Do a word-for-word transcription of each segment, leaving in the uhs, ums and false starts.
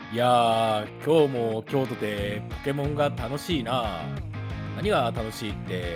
いやー、今日も京都でポケモンが楽しいな。何が楽しいって、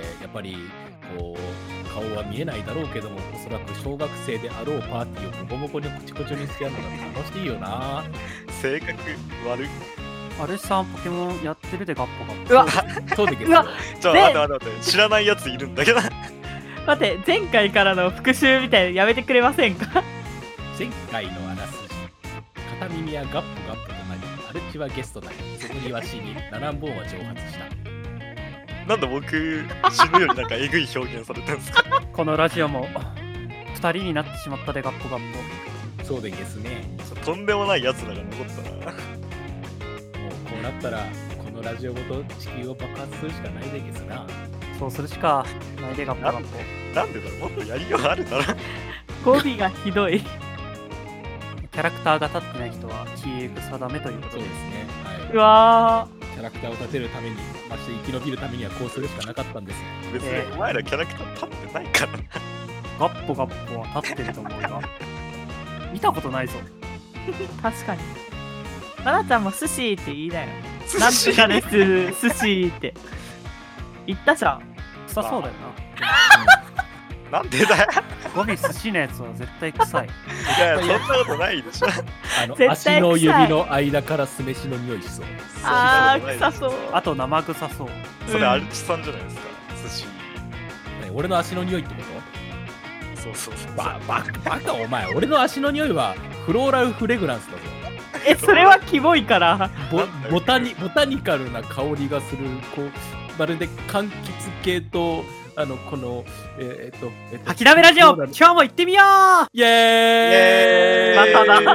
やっぱり、こう、顔は見えないだろうけども、おそらく小学生であろうパーティーをボコボコにコチコチにしてやるのが楽しいよな。 性格悪い。 あれさん、ポケモンやってるでガッポガッポ。 うわそうでけど。 うわちょ、待って待って待って。知らないやついるんだけど。 待って、前回からの復習みたいなのやめてくれませんか？ 前回のあらすじ。片耳はガッポガッポとなり、アルチはゲストなり、そこにわしにナナンボンは蒸発した。 なんで僕、死ぬよりなんかえぐい表現されてるんですか？ このラジオもふたりになってしまったでガッポガッポ。 そうでげすね。 とんでもないやつらが残ったな。 もうこうなったら、このラジオごと地球を爆発するしかないでげすな。 そうするしかないでガッポガッポ。 なんでだろう、もっとやりようあるだろ。 語尾がひどい。 キャラクターが立ってない人は消えゆく定めということでそうですすね。はうわい。キャラクターを立てるために、まして生き延びるためにはこうするしかなかったんですよ。 別えにお前らキャラクター立ってないからな。 ガッポガッポは立ってると思うが見たことないぞ。 ー、確かに。ななちゃんも寿司って言いなよ。 寿なん司とかです、寿司って。言ったじゃん。 臭そうだよなんでだよ。 な。語尾寿司のやつは絶対臭い。 いやいや、そんなことないでしょ。 あの、 絶対足の指の間から酢飯の匂いしそう。 あー、 そんなことないでしょ臭そう。 あと生臭そう。 それアルチさんじゃないですか、寿司。 ね俺の足の匂いってこそうそうそう。 とバババカお前、俺の足の匂いはフローラルフレグランスだぞ。 え、それはキモいから。 ボボタニボタニカルな香りがする、こう、まるで柑橘系と、あの、この、えー、っと、えっと、 吐きだめラジオ、 フローラル今日も行ってみよう。 イエーイまただ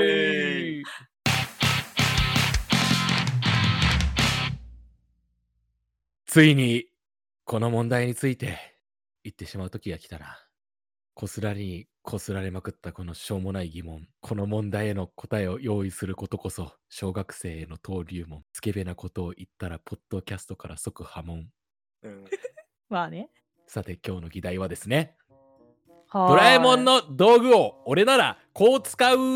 ついに、この問題について言ってしまう時が来たな。こすられにこすられまくったこのしょうもない疑問。この問題への答えを用意することこそ、小学生への登竜門。スケベなことを言ったら、ポッドキャストから即破門。 うんまあね。 さて、今日の議題はですね、 ドドラえもんの道具を俺ならこう使う。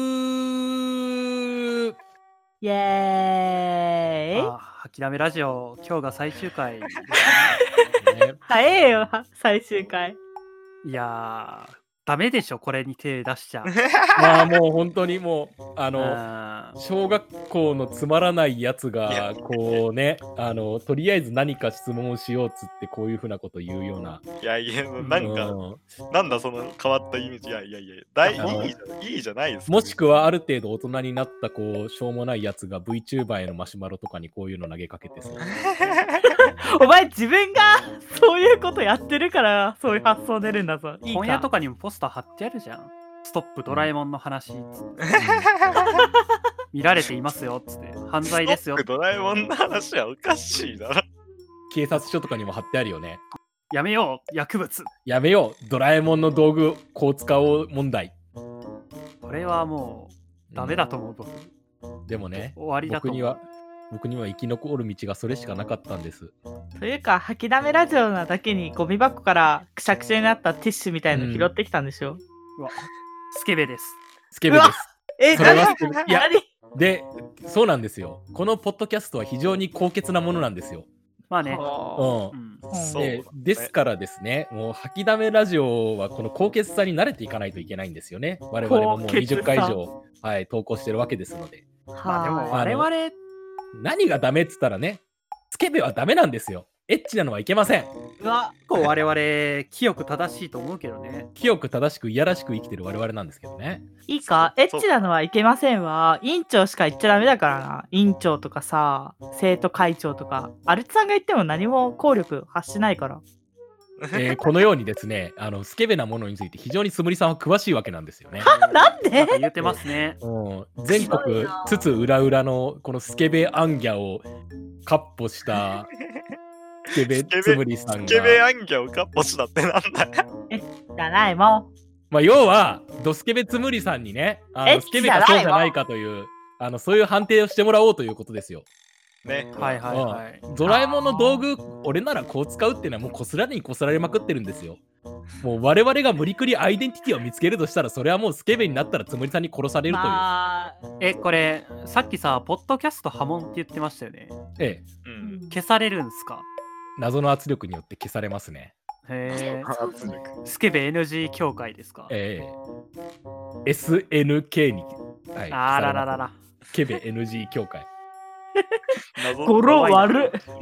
イエーイ。 あー、吐きだめラジオ、今日が最終回ですね早えよ、最終回。 ね。いやー、ダメでしょ、これに手出しちゃ。 まあもう本当にもうあのあー小学校のつまらないやついやがこうねあのとりあえず何か質問をしようっつってこういうふうなこと言うような。 いやいや、なんか、 うんなんだその変わったイメージ。いやいやいや、大あのいいじゃいいじゃないですか。 もしくはある程度大人になったこうしょうもないやつが VTuber へのマシュマロとかにこういうの投げかけてさ。 お前自分がそういうことやってるからそういう発想出るんだぞ。いいか。 本屋とかにもポスター貼ってあるじゃん。ストップドラえもんの話っつって見られていますよっつって犯罪ですよストップドラえもんの話はおかしいだろ。 警察署とかにも貼ってあるよね。 やめよう薬物。 やめようドラえもんの道具こう使おう問題。 これはもうダメだと思う僕。 うんでもね終わりだと思う。 僕には僕には生き残る道がそれしかなかったんです。 というか吐きだめラジオなだけにゴミ箱からくしゃくしゃになったティッシュみたいの拾ってきたんでしょ。 うわスケベです。 スケベです。 え、 それは何スケベいや何で、そうなんですよ。このポッドキャストは非常に高潔なものなんですよ。 まあね。 はうん。 うん、 そうでですからですね、もう吐きだめラジオはこの高潔さに慣れていかないといけないんですよね。我々ももう高潔さにじゅっかい以上、はい、投稿してるわけですので。 あまあでもは我々 何がダメっつったらね、スケベはダメなんですよ。エッチなのはいけません。 うわ、 結構我々清く正しいと思うけどね。 清く正しくいやらしく生きてる我々なんですけどね。 いいか、エッチなのはいけませんわ。委員長しか言っちゃダメだからな。委員長とかさ、生徒会長とか。アルツさんが言っても何も効力発しないから。 えーこのようにですね、あのスケベなものについて非常につむりさんは詳しいわけなんですよね。 なんでなんか言ってますね。 うん、全ひどい国な津々浦々のこのスケベアンギャをカッポしたスケベスケベつむりさんスケベが、 アンギャをカッポしたってなんだよ。 じゃないもん。 まあ、要はドスケベつむりさんにね、あエッチのスケベかそうじゃないかというあのそういう判定をしてもらおうということですよ。 ね。 はいはいはい。 うんドラえもんの道具俺ならこう使うっていうのはもうこすられにこすられまくってるんですよ。 もう我々が無理くりアイデンティティを見つけるとしたら、それはもうスケベになったらつむりさんに殺されるという。 まあ、 え、これ、さっきさ、ポッドキャスト波紋って言ってましたよね。 ええ、 うん。 消されるんすか？ 謎の圧力によって消されますね。 へ圧え。 力。 スケベ エヌジー 協会ですか？ ええ エスエヌケー に、はい、 あらららら。 スケベ エヌジー 協会。 謎語呂悪っ。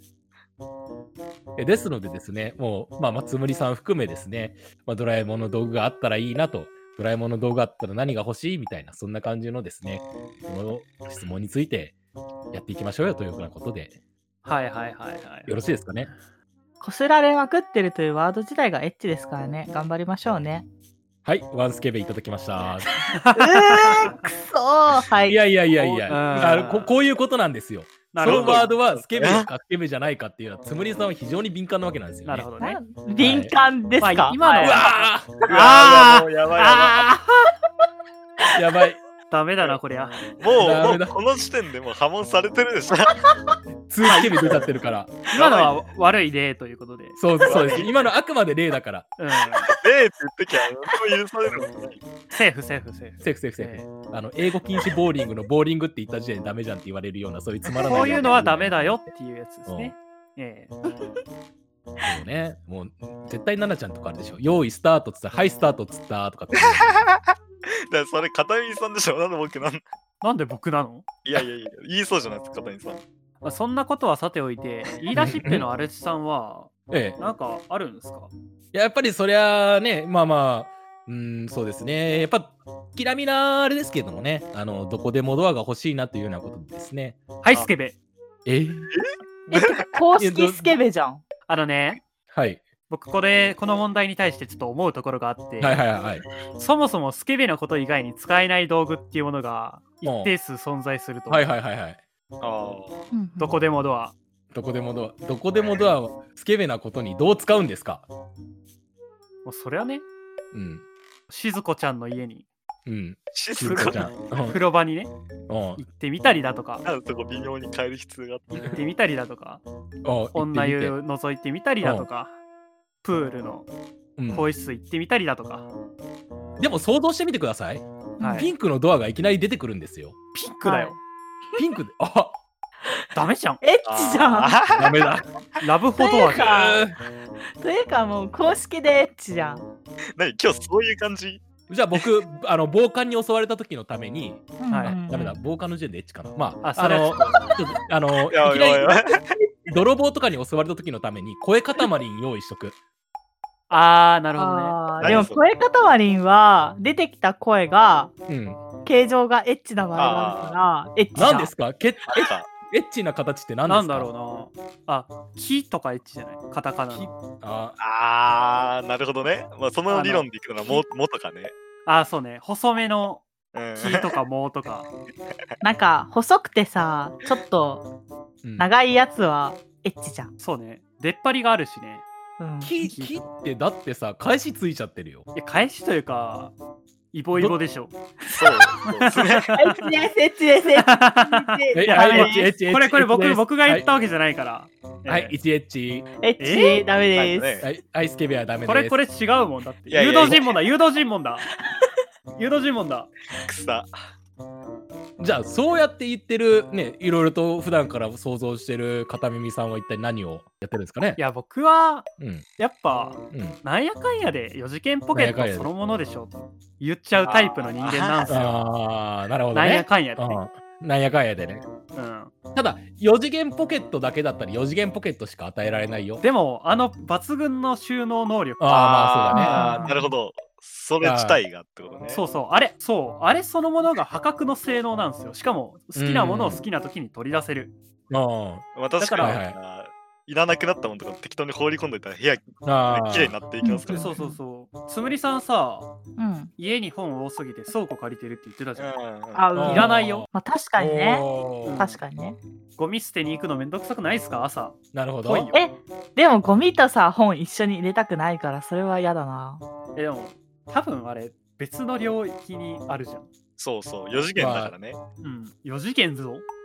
えですのでですね、もう、まあ、まあつむりさん含めですね、まあ、ドラえもんの道具があったらいいなと、ドラえもんの道具があったら何が欲しいみたいな、そんな感じのですね、この質問についてやっていきましょうよというようなことで、 はいはいはいはい。 よろしいですかね。 こすられまくってるというワード自体がエッチですからね。頑張りましょうね。 はい、ワンスケベいただきました。 うーくそーはいいやいやいやいや、 うんあのここういうことなんですよ。 なるほど。 そのワードはスケベかスケベじゃないかっていうのは、つむりさんは非常に敏感なわけなんですよね。 なるほどね。 な敏感ですか、 まあ今のうはいわああ、やばいやあーやばい。 ーダメだな、こりゃ。 ばい。もう、 ダメだもうこの時点でもう破門されてるでしょ。 ツースケベ出ちゃってるから。 今のは悪い例ということで。 そうそうです。今のあくまで例だから。 うん。 ええって言ってきゃ、何も許されるのに。 セーフセーフセーフ。 セーフセーフセーフ。 えあの英語禁止ボーリングのボーリングって言った時点でダメじゃんって言われるような、そういうつまらない。 こういうのはダメだよっていうやつですね。ええ。 もうね、もう絶対奈々ちゃんとかあるでしょ。用意スタートっつったら、はいスタートっつったとかって。 だからそれ、片見さんでしょ。なんで僕なんなんで僕なの？ いやいやいや、言いそうじゃないですか、片見さん。 まあそんなことはさておいて、言い出しっぺのアレスさんは、 ええ。 なんかあるんですか？ いややっぱりそりゃね、まあまあ、うーん、そうですね。やっぱ、きらみなあれですけどもね、あの、どこでもドアが欲しいなというようなことですね。 はい、スケベ。 ええ公式スケベじゃん。 あのね、 はい。 僕これ、この問題に対してちょっと思うところがあって、 はいはいはい。 そもそもスケベなこと以外に使えない道具っていうものが一定数存在すると。 はいはいはいはい。 あどこでもドア。 どこでもドア、どこでもドアをスケベなことにどう使うんですか？ もうそれはね、 うん。 しずこちゃんの家に、 うん。 あ。静静か香ちゃん。うん風呂場にね、 うん行ってみたりだとか、 なんでそこ微妙に変える必要があった行ってみたりだとか、 うん女湯行って覗いてみたりだとか、プールのみて更衣室行ってみたりだとか、 うんでも想像してみてください。 はいピンクのドアがいきなり出てくるんですよ。 ピンクだよ。 ピンクで、あダメじゃん。 エッチじゃん。 あーダメだ。 ラブホドアじゃん。 というかもう公式でエッチじゃん。 何今日そういう感じ？ じゃあ僕、あの、暴漢に襲われた時のために、 はいあうんうんうんダメだ、暴漢の時点でエッチかな。まあ、 あ、それあの、ちょっとあの、いきなやばいやばいやばいり泥棒とかに襲われた時のために、声塊に用意しとく。 あー、なるほどね。 あー何それでも声かたまりんは出てきた声がうん。 形状がエッチな場合があるからエッチじゃん。 何ですかけなんかエッチな形って何ですか？ なんだろうな。あ、木とかエッチじゃない？カタカナの。 ああー、なるほどね。まあ、その理論でいくのはも、もとかね。 あ、そうね。細めのうん。 木とか毛とか。 なんか細くてさちょっとうん長いやつはエッチじゃん。 そうね。出っ張りがあるしね。 うん、 木木ってだってさ、返しついちゃってるよ。 いや、返しというか、イボイボでしょ。 そうそうですね。 エッチですエッチですエッチえいやはいあのエッチエッチエッチこれこれ僕エッチです僕が言ったわけじゃないから。 はい、 えいちエッチ。 エッえチダメはいです。 ねはい、アイスケベはダメです。 ーこれこれ違うもんだって。 いやいやいや誘導尋問だ、誘導尋問だ。誘導尋問だ。 草。 じゃあ、そうやって言ってる、ね、いろいろと普段から想像してる片耳さんは一体何をやってるんですかね？ いや、僕は、 うん、 やっぱ、 うん。 なんやかんやでよ次元ポケットそのものでしょと言っちゃうタイプの人間なんですよ。 ああ、なるほどね。 なんやかんやでね。 うんなんやかんやでね。 うん。 ただ、よ次元ポケットだけだったらよ次元ポケットしか与えられないよ。 でも、あの抜群の収納能力。 ああ、まあそうだね。 あーなるほど。それ自体がってことね。 そうそう、あれ、そう、あれそのものが破格の性能なんですよ。しかも、好きなものを好きな時に取り出せる。 あまあ確かに、 だからいらなくなったものとか適当に放り込んでいたら部屋あああ綺麗になっていきますからね。 そうそうそう。つむりさんさ、 うん。 家に本多すぎて倉庫借りてるって言ってたじゃん。 うんあ、 うんいらないよ。 まあ確かにね。 おー確かにね。 ゴミ捨てに行くのめんどくさくないですか朝。 なるほど。 遠いよえ、でもゴミとさ本一緒に入れたくないからそれは嫌だな。 え、でも、多分あれ、別の領域にあるじゃん。 そうそう、よ次元だからね。 うん。よ次元ぞ。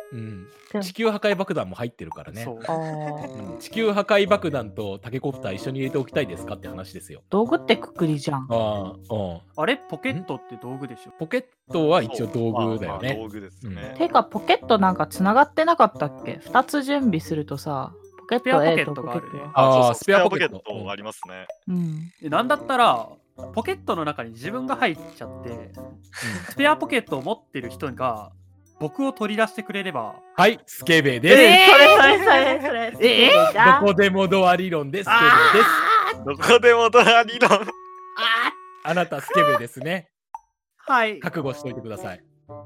うんでも地球破壊爆弾も入ってるからね。 そう。 あーうん地球破壊爆弾とタケコプター一緒に入れておきたいですかって話ですよ。 道具ってくくりじゃん。 ああ、うん。 あれポケットって道具でしょ。 ポケットは一応道具だよね。 まあまあ道具ですね。 てかポケットなんかつながってなかったっけ？ふたつ準備するとさ、ポケットスペアポケ A ッとポトがあるねケットは。 あーそうそうスペアポケットスペアポケットありますね。 うん。 でなんだったらポケットの中に自分が入っちゃってスペアポケットを持ってる人が僕を取り出してくれればはい、スケベえー、 です。 それそれそれそれ。えー、じゃんどこでもドア理論でスケベです。 どこでもドア理論。 あなたスケベですね。 はい覚悟しといてください。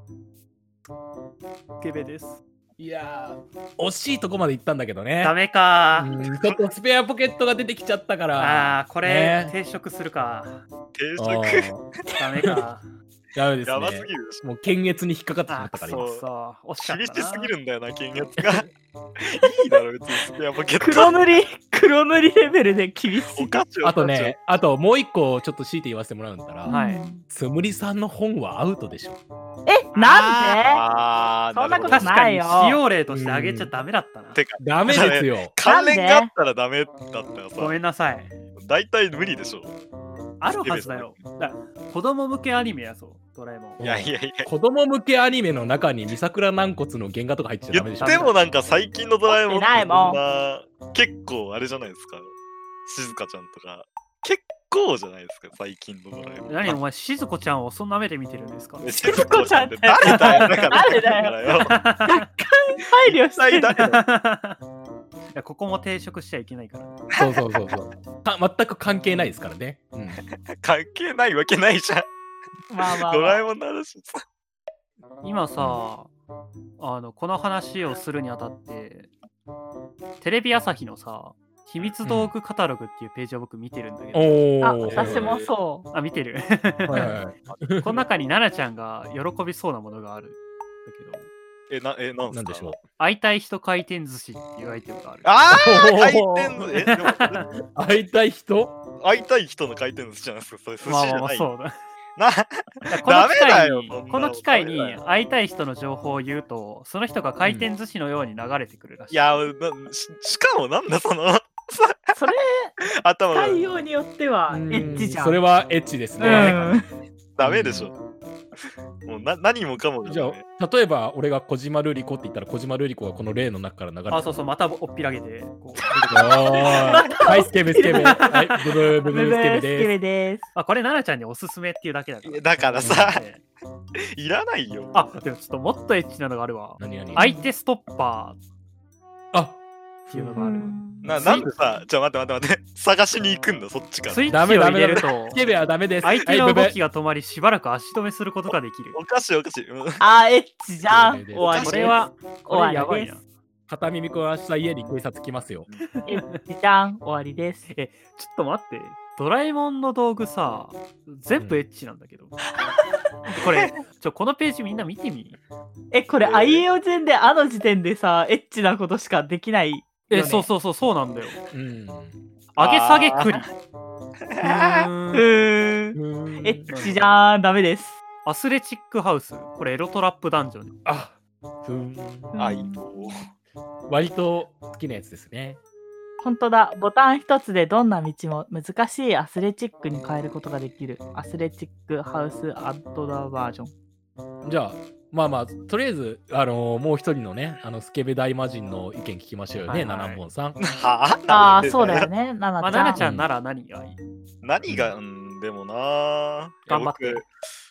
ケベです。 いやー、惜しいとこまで行ったんだけどね。 ダメかー。 うんちょっとスペアポケットが出てきちゃったから。 あーこれ、 ね定食するか。 定あ食。 ーダメか。 ダメですやばすぎね。 るでしょ。 もう検閲に引っかかってしまあったから今。 そうそう惜しかったな。 厳しすぎるんだよな、金額が。いいだろ、別にスペアポケット。 黒塗り、黒塗りレベルで厳しい。 おかしい。 あとね、あともう一個ちょっと強いて言わせてもらうんだったら、 はいうんつむりさんの本はアウトでしょ。 え、なんで？ あー、 そんなことるほど確かにないよ使用例としてあげちゃダメだったな。 てか、 ダメですよ。 関連があったらダメだったらごさ、 めんなさい。 大体無理でしょ。 あるはずだよ。だ子供向けアニメやぞ、ドラえもん。 いやいやいや。 子供向けアニメの中に三桜軟骨の原画とか入ってちゃダメでしょ。 言ってもなんか最近のドラえもんって持ってないもんそんな結構あれじゃないですか。静香ちゃんとか。結構じゃないですか、最近のドラえもん。 何お前、しずこちゃんをそんな目で見てるんですか静子ちゃんって誰だよ。だから誰だよよ。 若干配慮してる。 誰だよ。 いやここも定食しちゃいけないから。 そうそうそうそう。か全く関係ないですからね。うん、 関係ないわけないじゃん。 まあまあ、 ドまあ。 ラえもんの話さ。 今さ、あのこの話をするにあたって、テレビ朝日のさ、秘密道具カタログっていうページを僕見てるんだけど、 あ、 おお。 私もそう。 あ、見てる。 はいはいはい。 この中に奈々ちゃんが喜びそうなものがあるんだけど、 え、な、え、なんすかなんでしょう。 会いたい人回転寿司っていうアイテムがある。 あーおー回転寿え、でも、 会いたい人会いたい人の回転寿司じゃないですか。それ寿司じまあまあまあゃない。 そうだ。 な、 この機ダメだ会によそんなのこの機会にダメだよ会いたい人の情報を言うと、その人が回転寿司のように流れてくるらしい。 いや、なししかもなんだそのそれ、 頭が対応によってはエッチじゃん。 それはエッチですうね。 ん。 ダメでしょ。もうな何もかもがじゃねあ、例えば俺が小島瑠璃子って言ったら小島瑠璃子がこの例の中から流れてくる。 あ、そうそう、またおっぴらげて、こう出てくるあーはい、スケベスケベ。はい、ブブーブブブブースケベースケです。 ベです。 あ、これ奈々ちゃんにおすすめっていうだけだから。 だからさねいらないよ。 あ、でもちょっともっとエッチなのがあるわ。 何何相手ストッパーあ、 っていうのがある。 ななんでさ、じゃあ待って待って待って、探しに行くんだ、そっちからス。イッチを入れるとス、ケベはダメです。 相手のはいブブ動きが止まり、しばらく足止めすることができる。 おかしいおかしい。うんあー、エッチじゃん。 スケベです終わりです。 これは、これ終わりでやばいな。 片耳壊した家に警察来ますよ。 エッチじゃん。終わりです。 え、ちょっと待って。ドラえもんの道具さ、全部エッチなんだけど。これ、ちょ、このページみんな見てみ。 え、これ、あいうえお順であの時点でさ、エッチなことしかできないよね。 え、そうそうそう、そうなんだよ。 うん。 上げ下げくり。ううーんーん。エッチじゃん。ダメです。 アスレチックハウス。これエロトラップダンジョン。 あ、ふん。 愛うんと。 割と好きなやつですね。 本当だ。ボタン一つでどんな道も難しいアスレチックに変えることができる。アスレチックハウスアットダバージョン。 じゃあ、まあまあ、とりあえず、あのーもう一人のね、あのスケベ大魔人の意見聞きましょうよね、 はいはいナナポンさん。 はああ、 なんでそうだよね。ナナまあ、 ちゃん。 奈々ちゃんなら何がいい？ 何が、うん、でもな頑張って僕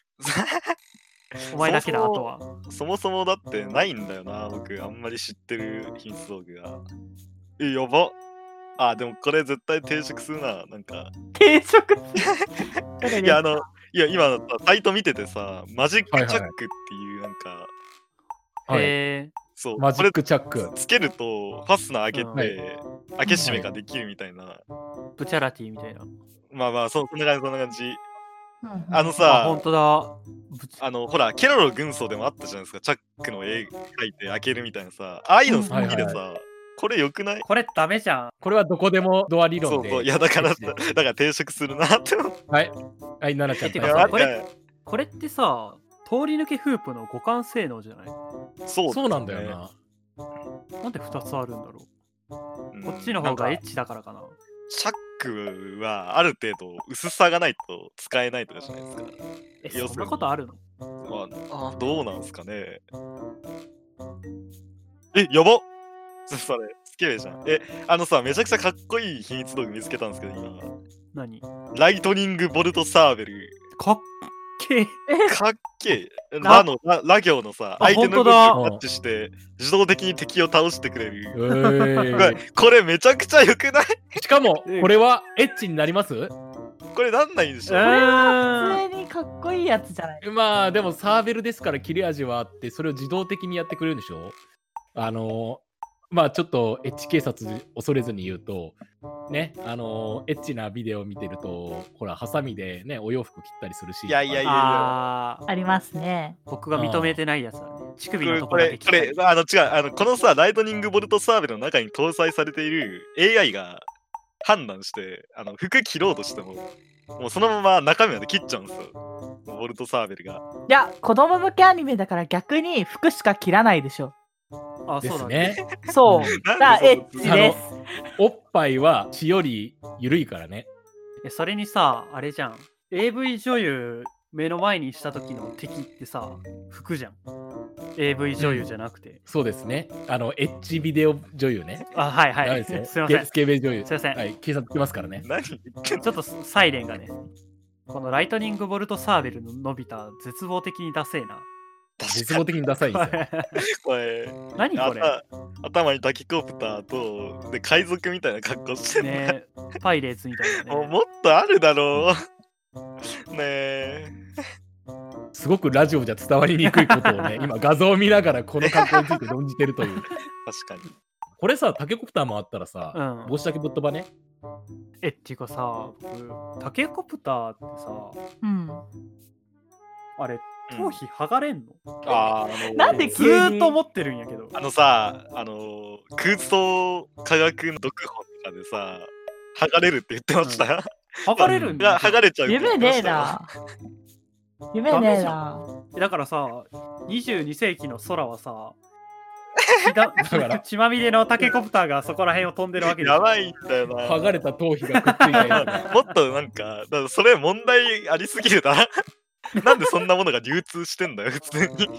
お前だけだ、あとは。 そもそもだってないんだよな、僕。あんまり知ってる秘密道具が。え、やば。あ、でもこれ絶対定食するな。なんか。 定食いや、あの、いや、今さ、サイト見ててさ、マジックチャックはいはいっていう、なんか、 はいへそう、 マジックチャック。 つけると、ファスナー開けて、 はい開け閉めができるみたいな。 ー、ブチャラティみたいな。 まあまあ、そそんな感じ、そんな感じ。 うんあのあ、 さほん、とだ。ブチあの、ほら、ケロロ軍曹でもあったじゃないですか。チャックの絵描いて開けるみたいなさ。ああいうの好きでうんさ、これよくない？ これダメじゃん。 これはどこでもドア理論で。 そうそう。いや、だからさ、 エッチでだから定食するなって思って。 はい。はい、ナナちゃんえていやかさこれ待ってこれってさ、通り抜けフープの互換性能じゃない？ そうですねそうなんだよな。 なんでふたつあるんだろう。 うんこっちの方がエなんかッチだからかな。 シャックはある程度薄さがないと使えないとかじゃないですか。 え、 要するにそんなことあるの？ まあ、あどうなんすかね。え、やばっそれ、スケベじゃん。え、あのさ、めちゃくちゃかっこいい秘密道具見つけたんですけど、今。 何？ ライトニングボルトサーベル。 かっけえ。 かっけえ。 なラの、ララ行のさ、 あ相手の動きほんとだをタッチして、自動的に敵を倒してくれえる。 ーこれこれめちゃくちゃ良くないしかも、これはエッチになりますこれなんないんでしょうーん普通にかっこいいやつじゃない。 まあ、でもサーベルですから切れ味はあって、それを自動的にやってくれるんでしょ。あの、まあちょっとエッチ警察恐れずに言うと、ね、あの、エッチなビデオを見てると、ほら、ハサミでね、お洋服切ったりするし。 いやいやいやあーありますね。 僕が認めてないやつだね。乳首これ、 のとここれ、こだけ切ったりれ、あの、違う、あの、このさ、ライトニングボルトサーベルの中に搭載されている エーアイ が判断して、あの、服切ろうとしても、もうそのまま中身まで切っちゃうんですよ。ボルトサーベルが。 いや、子供向けアニメだから逆に服しか着らないでしょ。 あ、 ですそうだね。 ね。 そう。 なんだからエでそんなッチです。 おっぱいは血より緩いからね。 え、それにさ、あれじゃん。エーブイ 女優目の前にした時の敵ってさ、服じゃん。エーブイ 女優じゃなくて。 そうですね。あの、エッチビデオ女優ね。 あ、はいはい。 ダメですよ。 すいません。 スケベ女優。 すいませんはい、警察来ますからね。 何言ってんのちょっとサイレンがね。このライトニングボルトサーベルの伸びた絶望的にダセえな。 絶望的にダサいんですよ。 これ、 何これあた頭にタキコプターと、で、海賊みたいな格好してんの、 ねパイレーツみたいなね。 もうもっとあるだろう。ねえ。 すごくラジオじゃ伝わりにくいことをね、今画像を見ながらこの格好について論じてるという。 確かに。 これさ、タケコプターもあったらさ、 うん帽子だけぶっ飛ばね。 え、っていうかさ、僕、タケコプターってさ、 うん。 あれ、 うん頭皮剥がれんの、 あーあのなんでず急にーっと思ってるんやけど。 あのさ、あの空想科学の読本とかでさ、剥がれるって言ってました。 剥がれるんだが剥がれちゃうって言夢ねえってましたよ。 な。夢ねえな。 だからさ、にじゅうに世紀の空はさ、血だから血まみれのタケコプターがそこら辺を飛んでるわけでしょ。 やばいんだよな。 剥がれた頭皮がくっついたやつが。 もっとなんか、だからそれ問題ありすぎるな。なんでそんなものが流通してんだよ、普通に。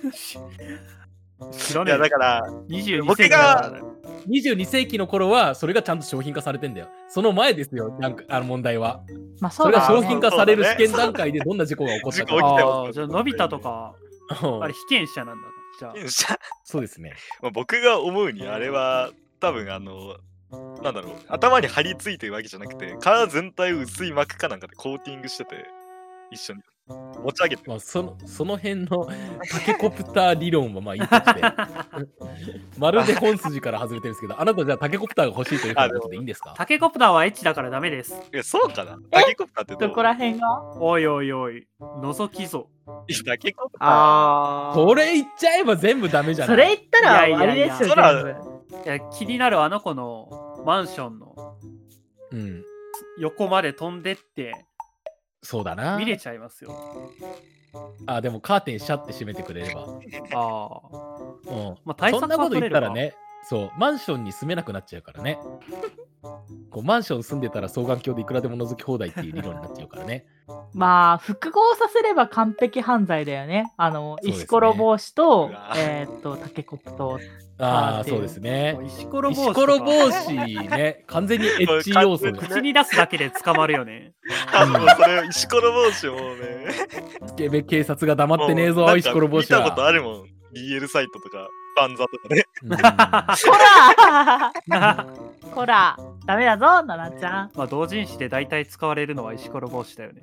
いや、 知らねえよだから、 にじゅうに僕世紀だがからだよ。 にじゅうに世紀の頃はそれがちゃんと商品化されてんだよ。その前ですよ、なんかあの問題は。 まあそれがそうだね商品化される試そうだね験段階でどんな事故が起こったか。 事故起きてますああ、じゃあ、のび太とか、 うんあれ、被験者なんだな。じゃあ、 じゃあそうですね。 まあ僕が思うにあれは多分あのなんだろう頭に張り付いてるわけじゃなくて体全体を薄い膜かなんかでコーティングしてて一緒に持ち上げてまあ、そのその辺のタケコプター理論はまあいいとして、まるで本筋から外れてるんですけど、あなたじゃあタケコプターが欲しいということでいいんですか？ タケコプターはエッチだからダメです。 いやそうかなえタケコプターってどうどこら辺がおいおいおい、覗きぞ。 いやタケコプターあそれ言っちゃえば全部ダメじゃない。 それ言ったら終わりいやいやいやですよ、 空全部。 いや気になるあの子のマンションのうん、 横まで飛んでってそうだな。 見れちゃいますよ。 あ、でもカーテンシャって閉めてくれれば。 ああ。 うん。 まあ対策そんなことは取れるから言ったね、そう、マンションに住めなくなっちゃうからね。こうマンション住んでたら双眼鏡でいくらでも覗き放題っていう理論になっちゃうからね。 まあ、複合させれば完璧犯罪だよね。あの、 そうですね石ころ帽子とうわ、 えーっと、タケコプト。 ああ、 あーそうですね。 石ころ帽子石ころ帽子ね、完全にエッチ要素です。 口に出すだけで捕まるよね。 あもうそれ石ころ帽子もうねスケベ警察が黙ってねえぞ、 もうなんか石ころ帽子見たことは。 あるもん ビーエル サイトとかバンザとかねうんこらこらダメだぞ、ななちゃん。 まあ同人誌で大体使われるのは石ころ帽子だよね。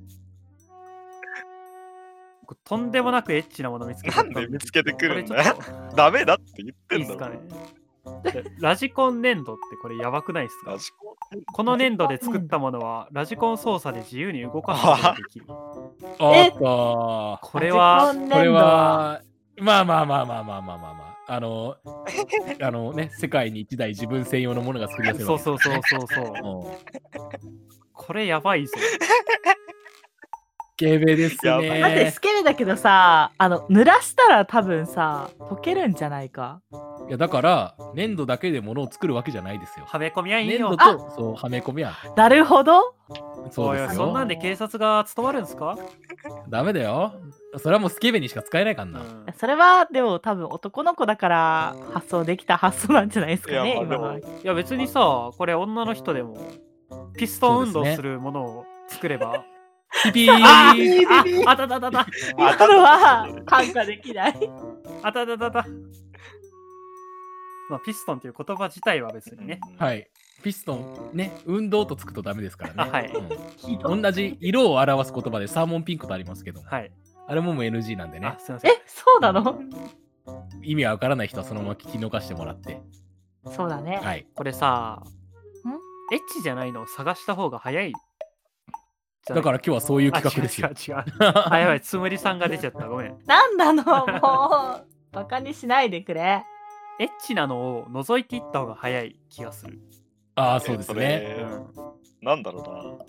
とんでもなくエッチなもの見つけなんで見つけてくるんだよこれちょっとダメだって言っていいっすかんだろね。ラジコン粘土ってこれやばくないっすか？ ラジコンこの粘土で作ったものはラジコン操作で自由に動かすことができる。 おっと、 これはラジコンこれ粘土は、まあまあまあまあまあまあまあまあまあ、あの、あのね、世界に一台自分専用のものが作り出せるそうわけそうそうそうそう。 うんこれやばいぞ。 ケベですやばいだってねス。ケベだけどさ、あの濡らしたら多分さ溶けるんじゃないか。 いやだから粘土だけで物を作るわけじゃないですよ。 はめ込みはいい粘土よ。 とそうはめ込みはなるほど。 おいおい、 そうですそんなんよ。 で警察が務まるんすか？ ダメだよ。それはもうスケベにしか使えないからな。 うんそれはでも多分男の子だから発想できた発想なんじゃないですかねいやまあ今のは。 でいや別にさ、これ女の人でもピストン運そうですね動するものを作れば。 ピピーあビビビああたたたた今のは感化できない。 あたたたた。まあピストンっていう言葉自体は別にね。 い。 はい。ピストンね、運動とつくとダメですからね。 あはいうん同じ色を表す言葉でサーモンピンクとありますけど、 はい。 あれももう エヌジー なんでねあ、。すいません。 え、そうなの？ 意味わからない人はそのまま聞き逃してもらって。 そうだね。 はい。 これさ、 んエッチじゃないのを探した方が早い。 だから今日はそういう企画ですよ。 あ違う違う違う。あ、やばい、つむりさんが出ちゃった。ごめん。 なんなのもうバカにしないでくれ。 エッチなのを覗いていった方が早い気がする。 ああ、そうですね。 えーうんなんだろ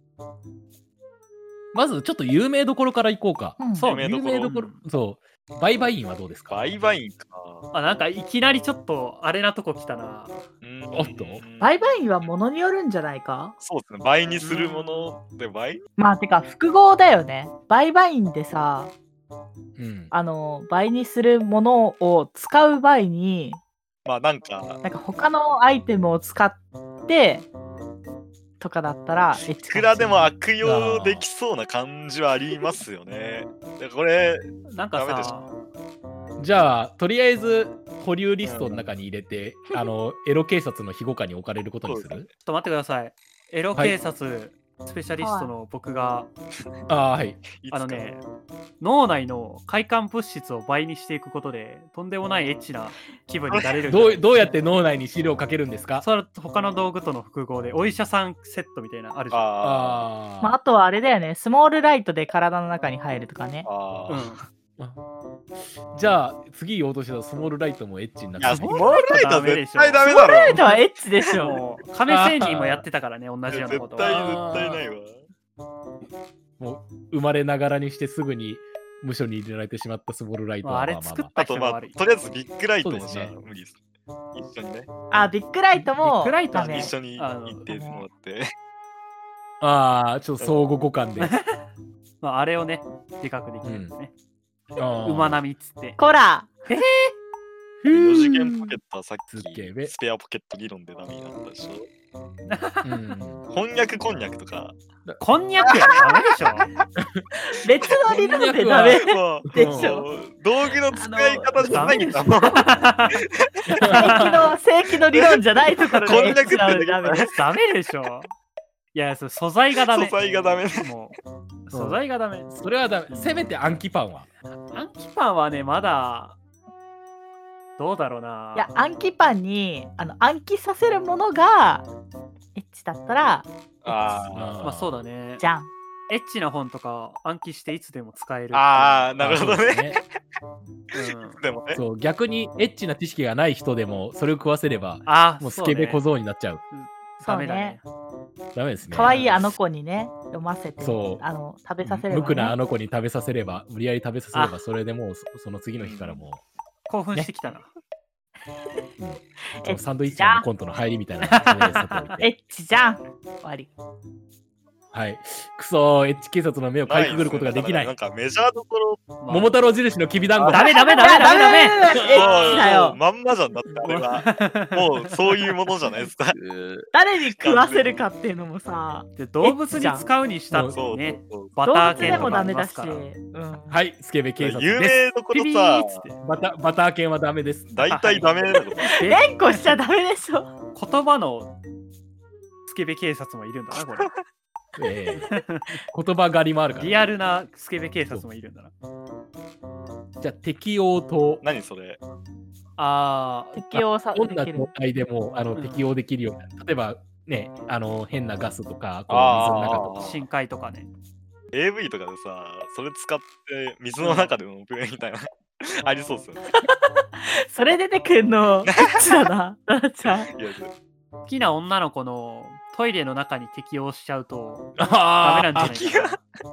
まずちょっと有名どころからいこうか。 うんそう有名どころ有名どころ。そう。売買員はどうですうな。 か？ 売買員か。 あ、なんかいきなりちょっとあれなとこ来たな。 うんおっと売買員は物によるんじゃないか。 そうですね。倍にするもので倍まあてか複合だよね。売買員でさ、 うん。 あの倍にするものを使う場合にまあなんか、 なんか他のアイテムを使ってとかだったらエッいチかもしれないくらでも悪用できそうな感じはありますよね。でこれ、 なんかダメでしさ、 じゃあ、とりあえず保留リストの中に入れて、あの、エロ警察の庇護下に置かれることにすそうでるちょっと待ってください。エロ警察、スペシャリストの僕が、 ああ、はい。 いつかあのね、脳内の快感物質を倍にしていくことで、とんでもないエッチな気分になれるんじゃどないうどうやって脳内に資料をかけるんですか？ それは他の道具との複合で、お医者さんセットみたいなのあるじゃん。 ああまあ、あとはあれだよね、スモールライトで体の中に入るとかねー。あー。 うん。 じゃあ、次言おうとしたスモールライトもエッチにないっや、 てるスモールライトは絶対ダメスモールだろ。 ライトはエッチでしょ。 もう、亀仙人もやってたからね、同じようなこと絶対は。 絶対ないわ。 もう生まれながらにしてすぐに無所に入れられてしまったスモールライトまあ、 はあれまあまあま作ったあとまあ、 人が悪い。 とりあえずビッグライトもじゃあそうですね無理です。一緒にね。 あ、ビッグライトもビッグライトはダメ一緒に行ってもらって。 あ。ああ、ちょっと相互互換で。 まあ、あれをね、でかくできるんですね。 あー馬並みっつって。 こらよ次元ポケットはさっすっげえきスペアポケット理論でダメになったでしょ。 うん翻訳こんにゃくとか。 こんにゃくやダメでしょ。 別の理論でダメもうでしょ。 もう道具の使い方じゃないんだもん。 正規の正規の理論じゃないところでエこんにゃくってッチなのでダメです。 ダメでしょ。いや、それ素材がダメ。 素材がダメ。 もう、素材がダメ。 それはダメ。せめてアンキパンは。 アンキパンはね、まだ、どうだろうな。 いや、暗記パンにあの暗記させるものがエッチだったらあまあそうだね。 じゃん。 エッチな本とか暗記していつでも使える。 あ。ああ、なるほどあそうですね。 うん。 でもね。 そう、逆にエッチな知識がない人でもそれを食わせれば、 あ、 もうスケベ小そうね僧になっちゃう。 ダメだね。 ダメですね。 可愛いあの子にね読ませてそうあの食べさせれば、ね。 無垢なあの子に食べさせれば、無理やり食べさせれば、それでもうそその次の日からも興奮してきたな。 う、 えそうサンドイッチマンのコントの入りみたいな感じでさておいて。 エッチじゃん。終わり。 はい。くそー、エッチ警察の目をかいくぐることができないなん。かメジャーどころ、 まあ桃太郎印のきびだんご。 ダメダメダメダメダメ。 エッチだよ。 まんまじゃんだってあれは。もうそういうものじゃないですか。 誰に食わせるかっていうのもさ、 で動物に使うにしたってそうね。 そうバ動物でター犬ともダメだし、 かありますから。 うん、 はい、スケベ警察有です。 名どこピリろさーっ、つって。 バタバター犬はダメです。 大体ダメなの。 で連呼しちゃダメでしょ。 言葉のスケベ警察もいるんだな、これ。 ええ言葉狩りもあるから。 リアルなスケベ警察もいるんだな。 じゃあ、適応と何それ。 あー、 適応さどんなできる状。態でもあのうん適応できるようになる。例えば、ね、あの変なガスとか、こうあー水の中とか。 深海とかね。 エーブイ とかでさ、それ使って水の中でのプレイみたいな。ありそうっすよね。 それ出てくんのエッチだな。ななちゃん。 いや、 好きな女の子のトイレの中に適応しちゃうとダあーメなんじゃないかな。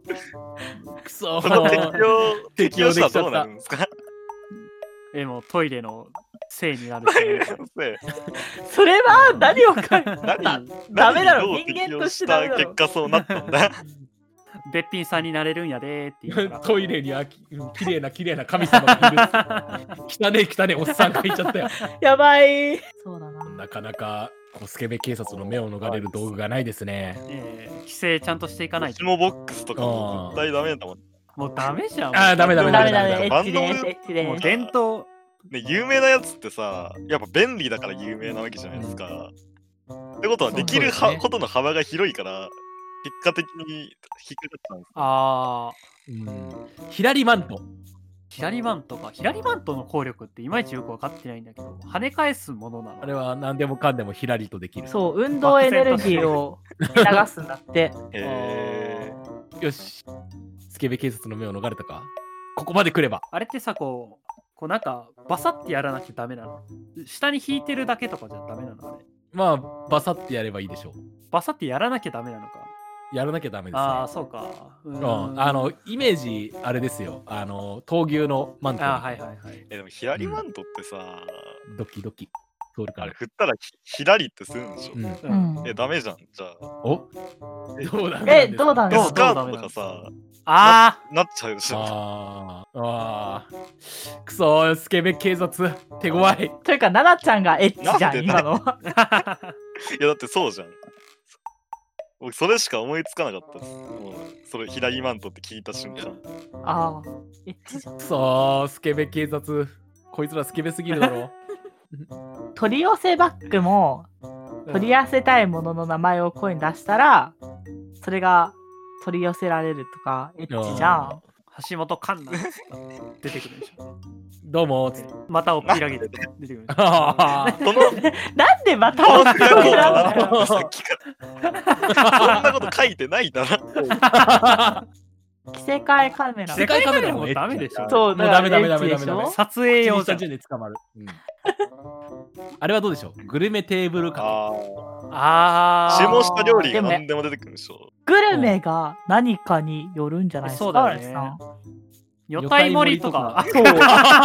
くそその適ー。 用、適用したらどうな適るんですか？ え、もうトイレのせいになるしかないから。 ねそれは何をか何ダメだろ、 何にどう適用人間としてダメだろ結。果そうなったんだ。 べっぴんさんになれるんやでーって言うから。 トイレにはきうん綺麗な綺麗な神様がいる。汚ねえ汚ねえおっさんがいちゃったよ。 やばい。そうだな。 なかなかコスケベ警察の目を逃れる道具がないですね。 えー規制ちゃんとしていかないと。 下ボックスとかも絶対ダメだもん。 もうダメじゃん。 あーダメダメダメダメ、 ダメエッチです、エッチもうです。 伝統。 ね、有名なやつってさ、やっぱ便利だから有名なわけじゃないですか。ってことは、できるそうですねはことの幅が広いから、結果的に引っかかっちゃうんですよ。 ああ、 うん。ヒラリマント。 ヒラリマントか。ヒラリマントの効力っていまいちよく分かってないんだけど、跳ね返すものなの。 あれは何でもかんでもヒラリとできる。 そう、運動エネルギーを流すんだって。 へよし。スケベ警察の目を逃れたか。ここまで来れば。 あれってさ、こう、こうなんか、バサってやらなきゃダメなの。下に引いてるだけとかじゃダメなのあれ。 まあ、バサってやればいいでしょう。 バサってやらなきゃダメなのか。 やらなきゃダメですね。 ああ、そうか。ううーん、あの、イメージ、あれですよ。あの、闘牛のマント。 あーはいはいはい。 え、でもヒラリマントってさ、 ドキドキ。通るから。 あれ振ったらひひらりってするんでしょ。 うん。 うんうんえ、ダメじゃん。じゃあ、 おどうだえ、どうだデろうどうスカートとかさ、 あなっちゃうでしょ。 あーあー。くそー、スケベ警察、手強い。 というか、奈々ちゃんがエッチじゃん、 なんで今の。 あ。 いや、だってそうじゃん。僕、それしか思いつかなかったです。もう、それ、ヒラリマントって聞いた瞬間。 ああ、エッチじゃん。 くそー、スケベ警察。こいつらスケベすぎるだろ。 取り寄せバッグも、取り寄せたいものの名前を声に出したら、それが取り寄せられるとか、エッチじゃん。 橋本環奈っつったら出てくるでしょ。 どうもーつって。 またおっぴらげて出てくるでしょ。 あその、 なんでまたこおっぴのフラグをらげなんだよ。 なんださっきから。そんなこと書いてないだろ。 ー着せ替えカメラ。 世界カメラもうもエッチダメでしょ。 そう、 もうダメダメだダメダメからエッチでしょダメ撮影用じゃん。 で捕まる。うんあれはどうでしょうグルメテーブルか。 あああ。下下料理がでも何でも出てくるでしょ。 グルメが何かによるんじゃないですか、 そうだねあれさん。 魚体盛りとか。 そう。ね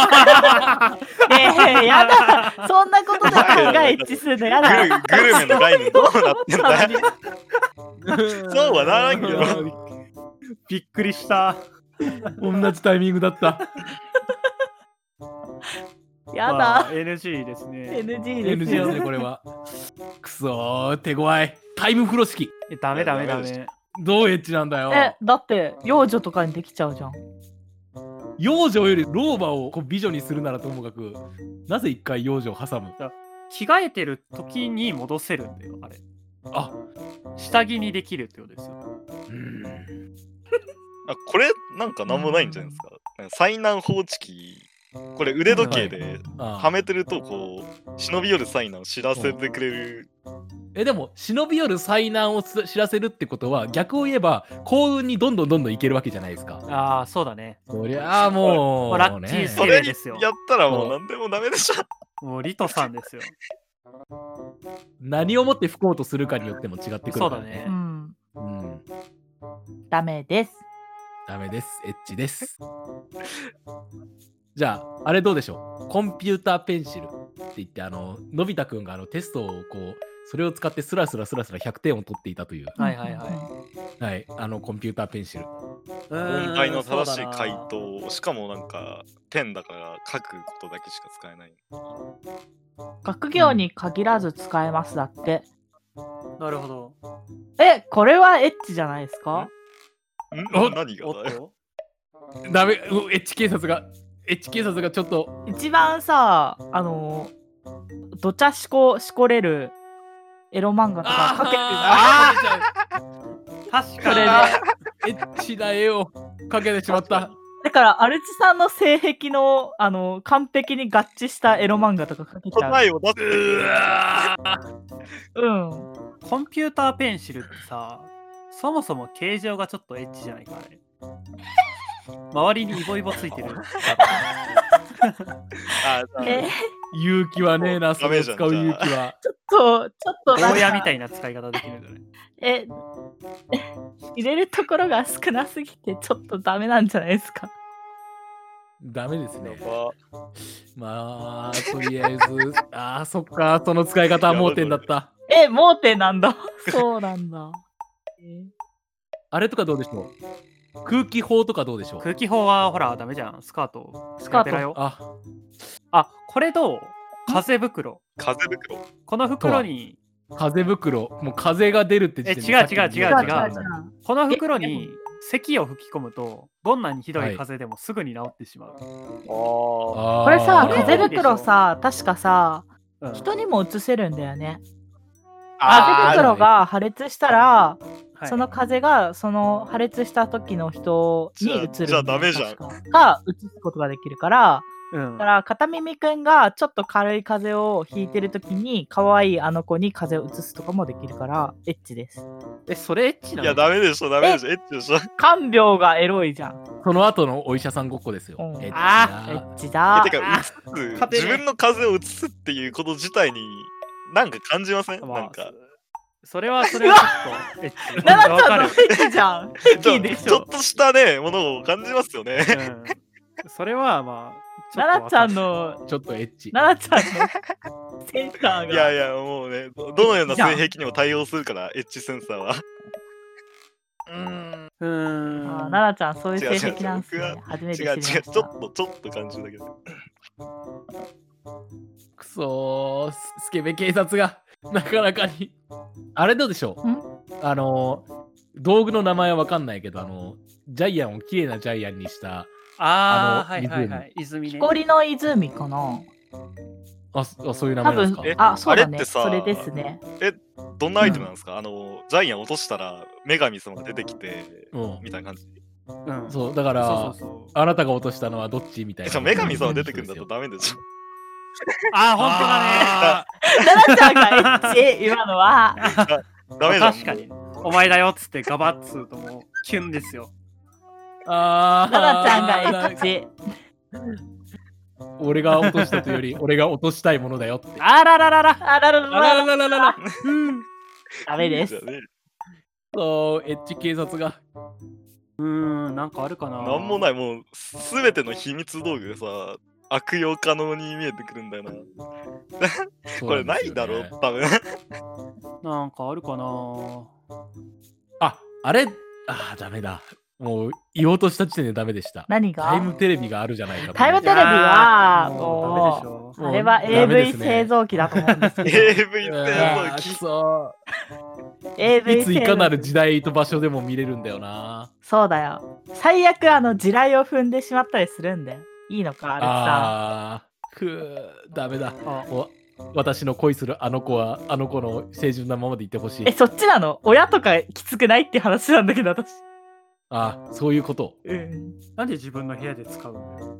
え、やだ。そんなことで考え一致するのやグルだ。 グルメの概念どうなってんだよ。そうはならんけど。 びっくりした。 同じタイミングだった。 やまあだ。 エヌジー ですね。 エヌジー ですエヌジー ですよね、。これは。くそー、手強い。タイム風呂敷。 えダメダメダダメでメ。 どうエッチなんだよ。 え、だって、幼女とかにできちゃうじゃん。 幼女より老婆をこう美女にするならともかく、なぜ一回幼女を挟む着替えてる時に戻せるんだよ、あれ。 あ、 下着にできるってことですよ。 うん。 あこれなんかなんもないんじゃないですか。なんか災難放置機、これ腕時計であはめてるとこう忍び寄る災難を知らせてくれる。 え、でも、忍び寄る災難をつ知らせるってことは、逆を言えば、幸運にどんどんどんどんいけるわけじゃないですか。 ああ、そうだね。 そりゃあもう、 もうラッキースそれケベですよやったらもう何でもダメでしょ。 もうリトさんですよ。 何をもって不幸とするかによっても違ってくるからそうだねうん。 うん。 ダメです。 ダメです。エッチです。じゃあ、あれどうでしょうコンピューターペンシルって言って、あの、のび太くんがあのテストをこう、それを使ってスラスラスラスラひゃくてんを取っていたという、 はいはいはい。 はい、あのコンピューターペンシル。 問題の正しい回答、しかもなんか点だから書くことだけしか使えない。 学業に限らず使えますだって。 なるほど。 え、これはエッチじゃないですか？ んお何がだよ。 おっとダメ、うエッチ警察が、エッチ警察がちょっと、 一番さ、あの、どちゃしこしこれるエロ漫画とかかけてるあ確これでかーエッチな絵をかけてしまった。 だからアルチさんの性癖のあの完璧に合致したエロ漫画とかかけちゃう。 答えを出ってうわうん。 にコンピューターペンシルってさ、そもそも形状がちょっとエッチじゃないかあれ。周りにイボイボついてる。 あじゃあえ勇気はねえな、それをダメじゃん使う勇気は。 ちょっとちょっとなんかゴーヤみたいな使い方できるんだね。 え、入れるところが少なすぎてちょっとダメなんじゃないですか。 ダメですね。 やばまあ、とりあえず、ああ、そっか、その使い方は盲点だった。 え、盲点なんだ。そうなんだ。えあれとかどうでしょう？空気砲とかどうでしょう？ 空気砲はほらダメじゃん。スカート。 スカートペラペラよ。 あ、 あ、これどう？風袋。 風袋。 この袋に、 風袋。もう風が出るって時点でえ違うさっきの違う違う匂いが違うこの袋に咳を吹き込むと、どんなにひどはいい風でもすぐに治ってしまう。 ああ。 ここれさ、 これ風袋さ、確かさ、 うん人にも移せるんだよね。 あ風袋が破裂したら、 はいその風がその破裂した時の人に移るんだよ。 じゃあじゃあダメじゃん確かが移すことができるから、 うんだから片耳くんがちょっと軽い風邪をひいてる時に可愛いあの子に風邪を移すとかもできるからエッチです。 え、それエッチなの？ いや、ダメでしょ、ダメでしょ、エッチでしょ。 看病がエロいじゃん。 その後のお医者さんごっこですよ。 うんエッチあエなッチだえ、て。か、 あ移す、 勝てね自分の風を移すっていうこと自体に、なんか感じません、 まあなんか。 それはそれはちょっとエッチ。 奈々ちゃんのわかるエッチじゃん。エッちょチでしょ。 ちょっとしたね、ものを感じますよね。 うん、それはまあ、 奈々ちゃんの。 の、 ちょっとエッチ。 奈々ちゃんのセンサーが。 いやいや、もうね、どどのような性癖にも対応するから、エッチセンサーは。 うーん。 うーん。 あー奈々ちゃん、そういう違う違う性癖なんす違うね。初めて知違う違う、 りました。 ちょっと、ちょっと感じるだけで。 くそー、ススケベ警察がなかなかに。あれどうでしょんう？あの、道具の名前はわかんないけど、あの、ジャイアンを綺麗なジャイアンにした、 ああ、 あのはいはいはい。泉ね。 氷の泉かな。 あ、そあそういう名多分前なんですか？ え、 あ、そうだね。 あれってさそれですね。 どんなアイテムなんですか、あの、ジャイアン落としたら、女神様が出てきて、 うん。 みたいな感じ。 うん。 そう、だから、 そうそうそう。 あなたが落としたのはどっちみたいえ、 な。 じゃあ女神様出てくるんだとダメでしょ。 ああ、ほんとだね。 奈々ちゃんがエッチ、今のは。 ダメじゃん。 確かに。お前だよっつってガバッつうともうキュンですよ。 あー奈々ちゃんがエッチ。 俺が落としたというより、俺が落としたいものだよって。 あらららら。 あらららあらららららら。 うん。 ダメです。 じゃあねそう、エッチ警察が。 うーん、なんかあるかな。 なんもない、もう、すべての秘密道具がさ、悪用可能に見えてくるんだよな。これないだろ、 う。 多分。 なんかあるかな。 あ、あれあー、ダメだ。もう言おうとした時点でダメでした。 何がタイムテレビがあるじゃないかとタイムテレビあーは、 もうダメでしもょ。 う、あれはもうダメでエーブイすね製造機だと思うんですけど。 エーブイ 製あー造機。 そエーブイう。いついかなる製造機時代と場所でも見れるんだよな。 そうだよ。最悪、あの、地雷を踏んでしまったりするんだよ。いいのか、あれさ。 あー、くー、ダメだ。 あお私の恋するあの子は、あの子の清純なままでいてほしいえ、。そっちなの？親とかきつくないって話なんだけど、私。 あー、そういうこと。 うん。 なんで自分の部屋で使うんだよ。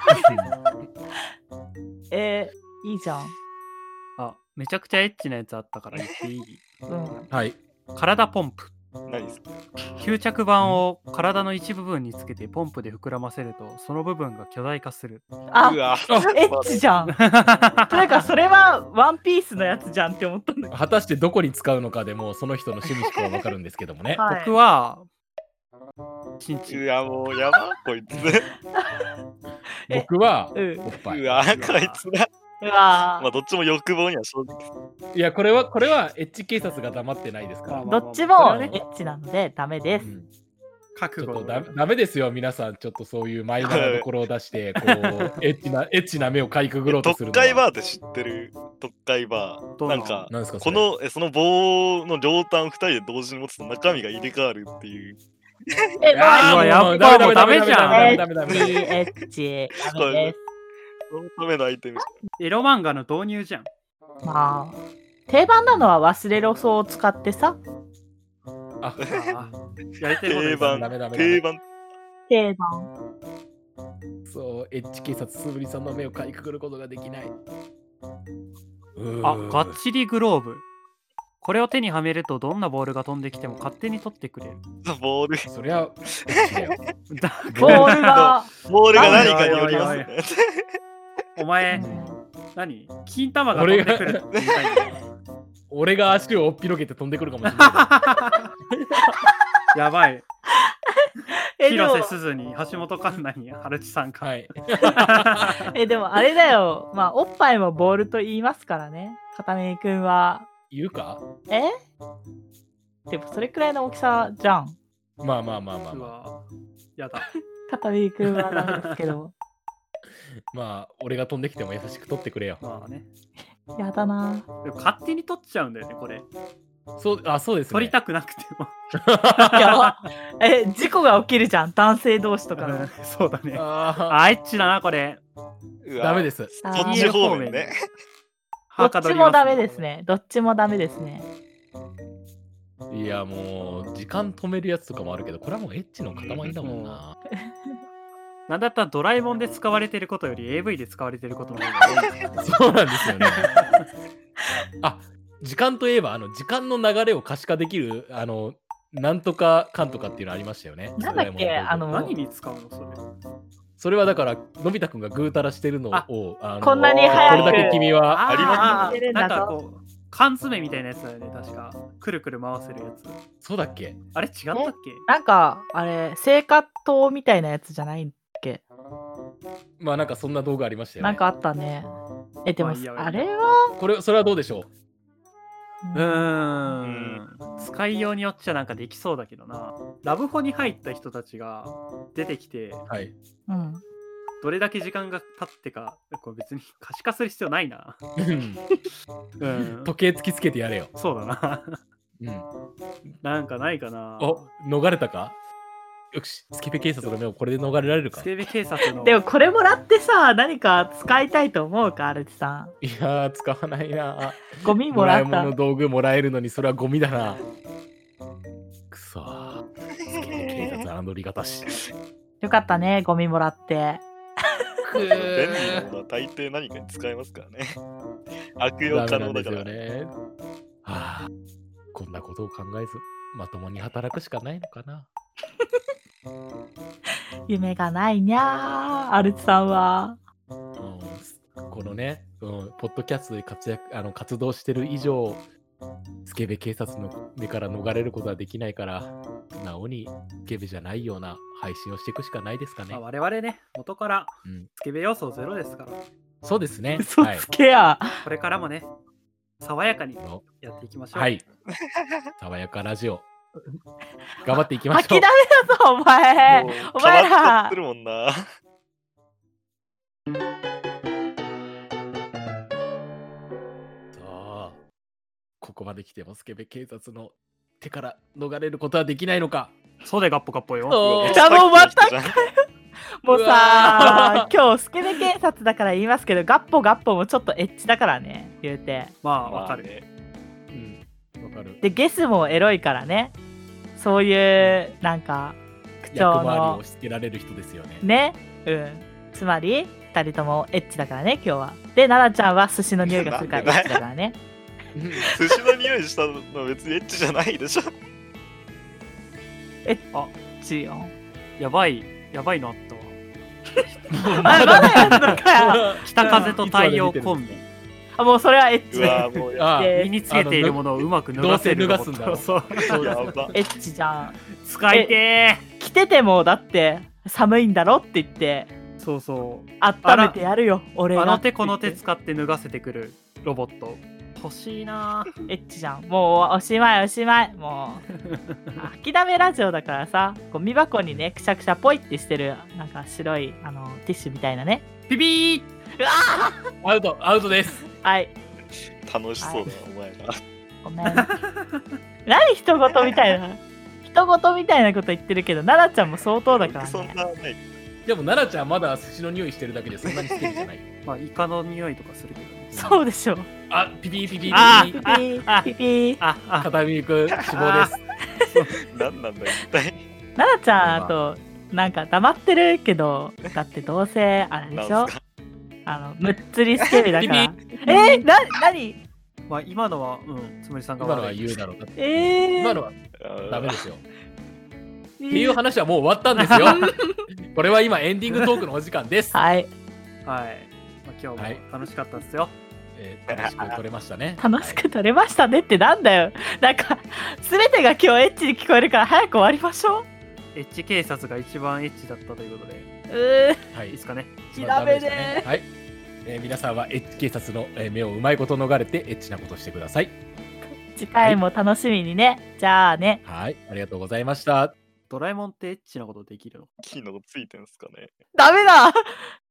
えー、いいじゃん。 あ、めちゃくちゃエッチなやつあったから言っていい？ うん。 はい。 体ポンプ。 何ですか吸着板を体の一部分につけてポンプで膨らませるとその部分が巨大化する。 あう、わ。 エッチじゃん。なんかそれはワンピースのやつじゃんって思ったんだけ果たしてどこに使うのかでもうその人の趣味しかわかるんですけどもね。 ど。はい僕はチンチン。 うわ、もうやば、こいつ。 え僕はうん。 おっぱい。 うわ、こいつだ。 うわまあ、どっちも欲望には正直。 いや、これは、これはエッチ警察が黙ってないですから。 まあどっちもエッチなのでダメです。 うん覚悟ちょっとダメダメですよ、皆さん。ちょっとそういうマイナーなところを出して、こう、エッチな、エッチな目をかいくぐろうとする特のは。 会バーって知ってる特会バー。 どうなのなんか、 なんですか、 この、えその棒の両端をふたりで同時に持つと中身が入れ替わるっていう。 え、 あーうわやっぱもうダメダメダメじゃんダメダメダメダメダメエッチ、エッチ、ダメです。 そのためのアイテム。 エロ漫画の導入じゃん。 まあ、定番なのは忘れろそうを使ってさ、 あ、 あーやりたいことです定番ダメダメダメ定番。 定番。 そう、エッチ警察、すぶりさんの目をかいくぐることができない。うあ、 ーがっちりグローブ。これを手にはめるとどんなボールが飛んできても勝手に取ってくれる。 ボール。 そりゃ、エッチだよ。 だボールが、 ボールが何かによりますね。 お前、何金玉が飛んでくるって言いたいんだよ。 俺が足をおっぴろげて飛んでくるかもしれない。 やばい。 えでも広瀬すずに橋本環奈に春地さんか。 はい。 えでもあれだよ、まあおっぱいもボールと言いますからね、片目くんは。 言うか？ えでもそれくらいの大きさじゃん。 まあまあまあまあうまあ。 わやだ。 片目くんはダメですけど。 まあ、俺が飛んできても優しく取ってくれよ。 まあね。 やだな。 でも勝手に取っちゃうんだよね、これ。 そう、あ、そうですね。 取りたくなくても。 やば。え、事故が起きるじゃん、男性同士とかの。 そうだね。 ああ、エッチだな、これ。 うわダメです。 そっち方面ね。 どっちもダメです。ね。どっちもダメですね。 いや、もう、時間止めるやつとかもあるけど、これはもうエッチの塊だもんな。 なんだったらドラえもんで使われてることより エーブイ で使われてることの方が多い。 そうなんですよね。あ、時間といえば、あの、時間の流れを可視化できる、あの、なんとかかんとかっていうのありましたよね。 なんだっけ、あの、 何に使うのそれ。 それはだから、のび太くんがぐうたらしてるのを、 ああのこんなに早くこれだけ君は、 ありますあーねなんかこう、缶詰みたいなやつだよね、確か。くるくる回せるやつ。 そうだっけ？ あれ違ったっけ？ なんか、あれ、聖火塔みたいなやつじゃないっけ？ まあなんかそんな動画ありましたよね。 なんかあったね。え、でも、 まあいいやあれは、 これ、それはどうでしょうーん。使いようによっちゃなんかできそうだけどな。ラブホに入った人たちが出てきて、 う？はい。 うん。 どれだけ時間が経ってか、これ別に可視化する必要ないな。うん。 時計突きつけてやれよ。 そうだな。 うん。 なんかないかな。 お、逃れたか？よし、スケベ警察の目をこれで逃れられるか？ スケベ警察の。 でもこれもらってさ、何か使いたいと思うか、アルチさん。 いやー、使わないな。 ゴミもらいもらった物の道具もらえるのに、それはゴミだな。くそー。スケベ警察リガタシ。 よかったね、ゴミもらって。 便利なものは大抵何かに使えますからね。悪用可能だから。 ダメなんですよね。はあ、こんなことを考えず、まともに働くしかないのかな。 夢がないにゃー、アルチさんは。 うん、このね、うん、ポッドキャストで活躍あの活動してる以上、スケベ警察の目から逃れることはできないから、なおにスケベじゃないような配信をしていくしかないですかね。 まあ、我々ね、元からうん、 スケベ要素ゼロですから、 そうですね。 嘘はいつけや。 これからもね、爽やかにのやっていきましょう。 はい。爽やかラジオ。頑張っていきましょう吐きだ。めだぞ、お前。 もうお前ら変わっちゃってるもんな。 さあ、ここまで来てもスケベ警察の手から逃れることはできないのか。 そうでガッポガッポよ。 おーじゃあもうまたさっきの人じゃんもううわさ、今日スケベ警察だから言いますけど、ガッポガッポもちょっとエッチだからね、言うて。 まあ、わかる。 ね。 うん、わかる。 で、ゲスもエロいからね。そういう、なんか、口調役回りをの押し付けられる人ですよね。 ね。うん。つまり、二人ともエッチだからね、今日は。で、奈々ちゃんは寿司の匂いがするからエッチだからね。 寿司の匂いしたの別にエッチじゃないでしょ。 エッチよ。 やばい、やばいのあったわ。 あ、まだやんのかよ。 北風と太陽コンビ。 あ、もうそれはエッチう。わもうやああ、 で身につけているものをうまく脱がせるロボット。 どうせ脱がすんそうそうやば。 エッチじゃん。 使いて着ててもだって寒いんだろって言ってー。そうそう。 温めてやるよ俺があの手この手使って脱がせてくるロボット。欲しいなぁ。 エッチじゃん。もうおしまいおしまい。もう吐きだめラジオだからさ、ゴミ箱にねくしゃくしゃポイってしてるなんか白いあのティッシュみたいなね。 ピピー。 うわアウト、アウトです。 ーはい、 楽しそうだな、お前ら。 ごめん。何人事みたいな人事みたいなこと言ってるけど、奈々ちゃんも相当だからそんね。 なない。 でも、奈々ちゃんまだ寿司の匂いしてるだけでそんなに好きじゃない。 まあ、イカの匂いとかするけどね。 そうでしょ。 あ、ピピーピピーあピピピピーピピー。 あ、あ、 片身肉死亡です。 何なんだよ、一体。 奈々ちゃんあとなんか黙ってるけど、だってどうせあれでしょなんすか。 あのむっつりスケベだから。 ピえー、な何まあ、今のは、うん、つむりさんが今のは悪い。 言うだろう。だってえー、 今のはあダメですよ。 えーっていう話はもう終わったんですよ。これは今エンディングトークのお時間です。 はい。 はい。まあ、今日もはい楽しかったですよ。 えー楽しく撮れましたね。 楽しく撮れましたねってなんだよ。なんか、すべてが今日エッチに聞こえるから早く終わりましょう。 エッチ警察が一番エッチだったということで、 うー、 はい。はいい。 いですかね。 一番ダメでしたね。はい。えー皆さんはエッチ警察のえー目をうまいこと逃れてエッチなことしてください。 次回も楽しみにね。じゃあね。 はい。ありがとうございました。 ドラえもんってエッチなことできるの？ 機能ついてんすかね。 ダメだ